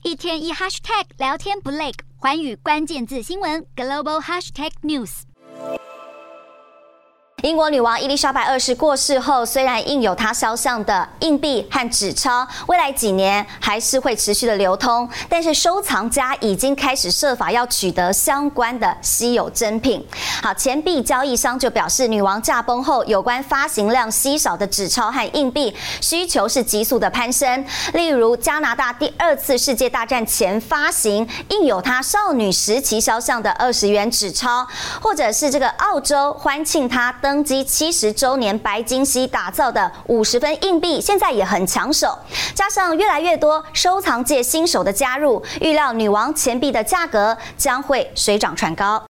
一天一 hashtag 聊天不累，寰宇关键字新闻 global hashtag news。 英国女王伊丽莎白2世过世后，虽然印有她肖像的硬币和纸钞，未来几年还是会持续的流通，但是收藏家已经开始设法要取得相关的稀有珍品。好，钱币交易商就表示，女王驾崩后，有关发行量稀少的纸钞和硬币需求是急速的攀升。例如，加拿大第2次世界大战前发行印有她少女时期肖像的20元纸钞，或者是这个澳洲欢庆她登基70周年白金禧打造的50分硬币，现在也很抢手。加上越来越多收藏界新手的加入，预料女王钱币的价格将会水涨船高。